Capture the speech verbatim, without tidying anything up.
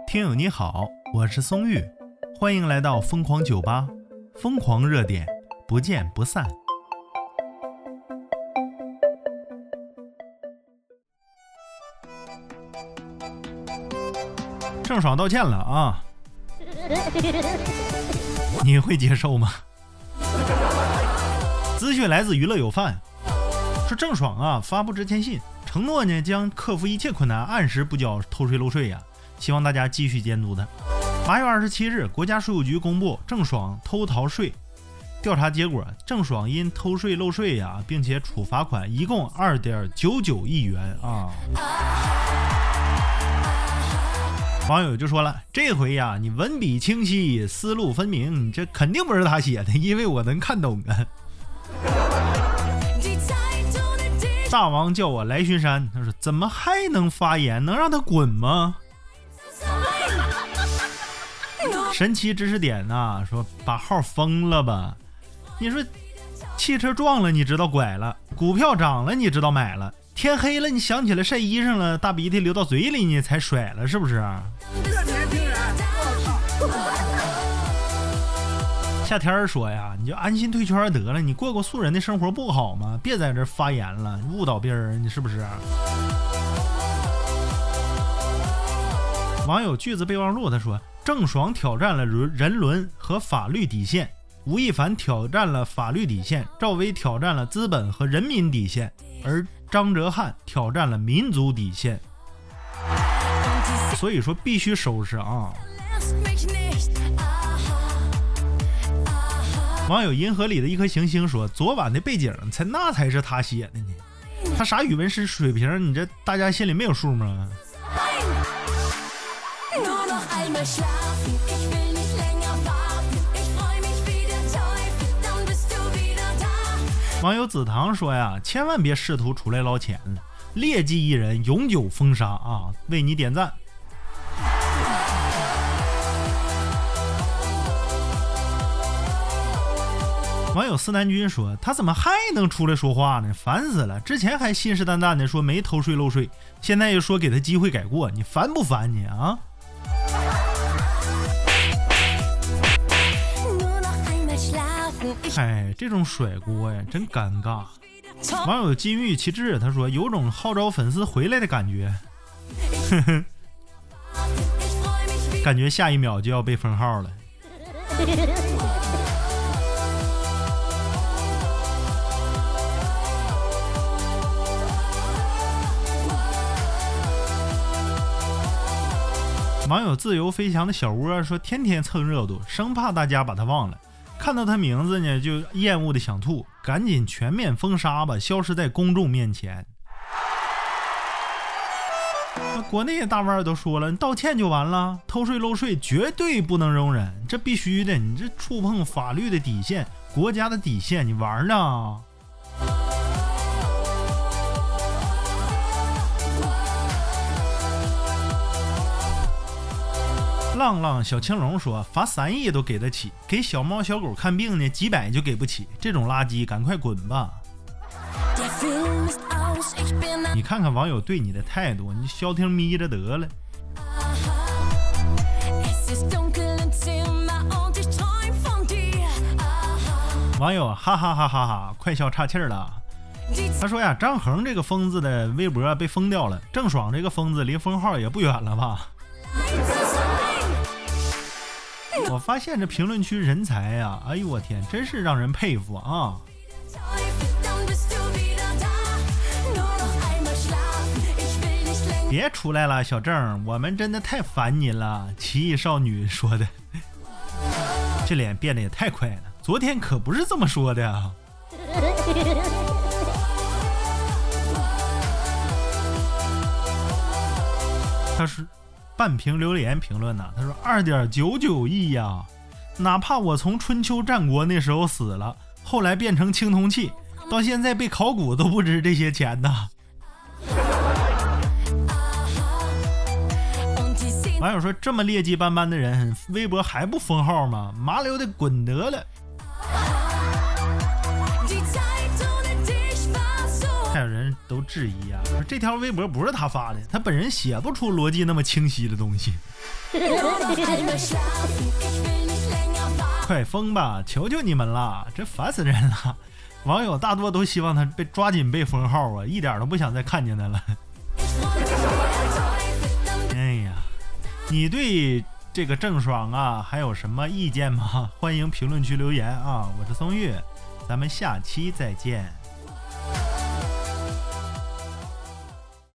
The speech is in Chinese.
听友你好，我是松玉，欢迎来到疯狂酒吧，疯狂热点，不见不散。郑爽道歉了啊，你会接受吗？资讯来自娱乐有范，说郑爽啊发布致歉信，承诺呢将克服一切困难，按时不缴偷税漏税呀、啊，希望大家继续监督他。八月二十七日，国家税务局公布郑爽偷逃税调查结果，郑爽因偷税漏税呀、啊，并且处罚款一共二点九九亿元啊。网友就说了，这回呀，你文笔清晰，思路分明，你这肯定不是他写的，因为我能看懂啊。大王叫我来巡山，他说怎么还能发言？能让他滚吗？神奇知识点呐、啊，说把号封了吧。你说汽车撞了，你知道拐了；股票涨了，你知道买了；天黑了，你想起来晒衣裳了，大鼻涕流到嘴里，你才甩了，是不是？夏天说呀，你就安心退圈得了，你过过素人的生活不好吗？别在这发言了，误导别人，你是不是？网友句子备忘录他说，郑爽挑战了人伦和法律底线，吴亦凡挑战了法律底线，赵薇挑战了资本和人民底线，而张哲瀚挑战了民族底线。所以说必须收拾啊！网友银河里的一颗行星说，昨晚的背景才那才是他写的呢，他啥语文史水平你这大家心里没有数吗？网友紫堂说呀，千万别试图出来捞钱了，劣迹艺人永久封杀啊！为你点赞。网友司南军说，他怎么还能出来说话呢？烦死了！之前还信誓旦旦的说没偷税漏税，现在又说给他机会改过，你烦不烦你啊？哎，这种甩锅呀，真尴尬。网友金玉其志他说，有种号召粉丝回来的感觉，呵呵，感觉下一秒就要被封号了。网友自由飞翔的小窝说，天天蹭热度，生怕大家把他忘了，看到他名字呢就厌恶的想吐，赶紧全面封杀吧，消失在公众面前。那国内的大腕都说了，你道歉就完了，偷税漏税绝对不能容忍，这必须的，你这触碰法律的底线，国家的底线，你玩呢？浪浪小青龙说，罚三亿都给得起，给小猫小狗看病呢，几百就给不起，这种垃圾赶快滚吧！你看看网友对你的态度，你消停眯着得了。网友哈哈哈哈哈，快笑岔气了。他说呀，张恒这个疯子的微博被封掉了，郑爽这个疯子离封号也不远了吧？我发现这评论区人才呀、啊，哎呦我天，真是让人佩服啊！别出来了，小郑，我们真的太烦你了。奇异少女说的，这脸变得也太快了，昨天可不是这么说的啊。他是半瓶榴莲评论呢，他说 二点九九亿呀，哪怕我从春秋战国那时候死了，后来变成青铜器，到现在被考古都不值这些钱呢。网友说，这么劣迹斑斑的人，微博还不封号吗？麻溜的滚得了。 有人都质疑啊，说这条微博不是他发的，他本人写不出逻辑那么清晰的东西。快封吧，求求你们了，这烦死人了。网友大多都希望他被抓紧被封号啊，一点都不想再看见他了。哎呀，你对这个郑爽啊还有什么意见吗？欢迎评论区留言啊！我是松玉，咱们下期再见。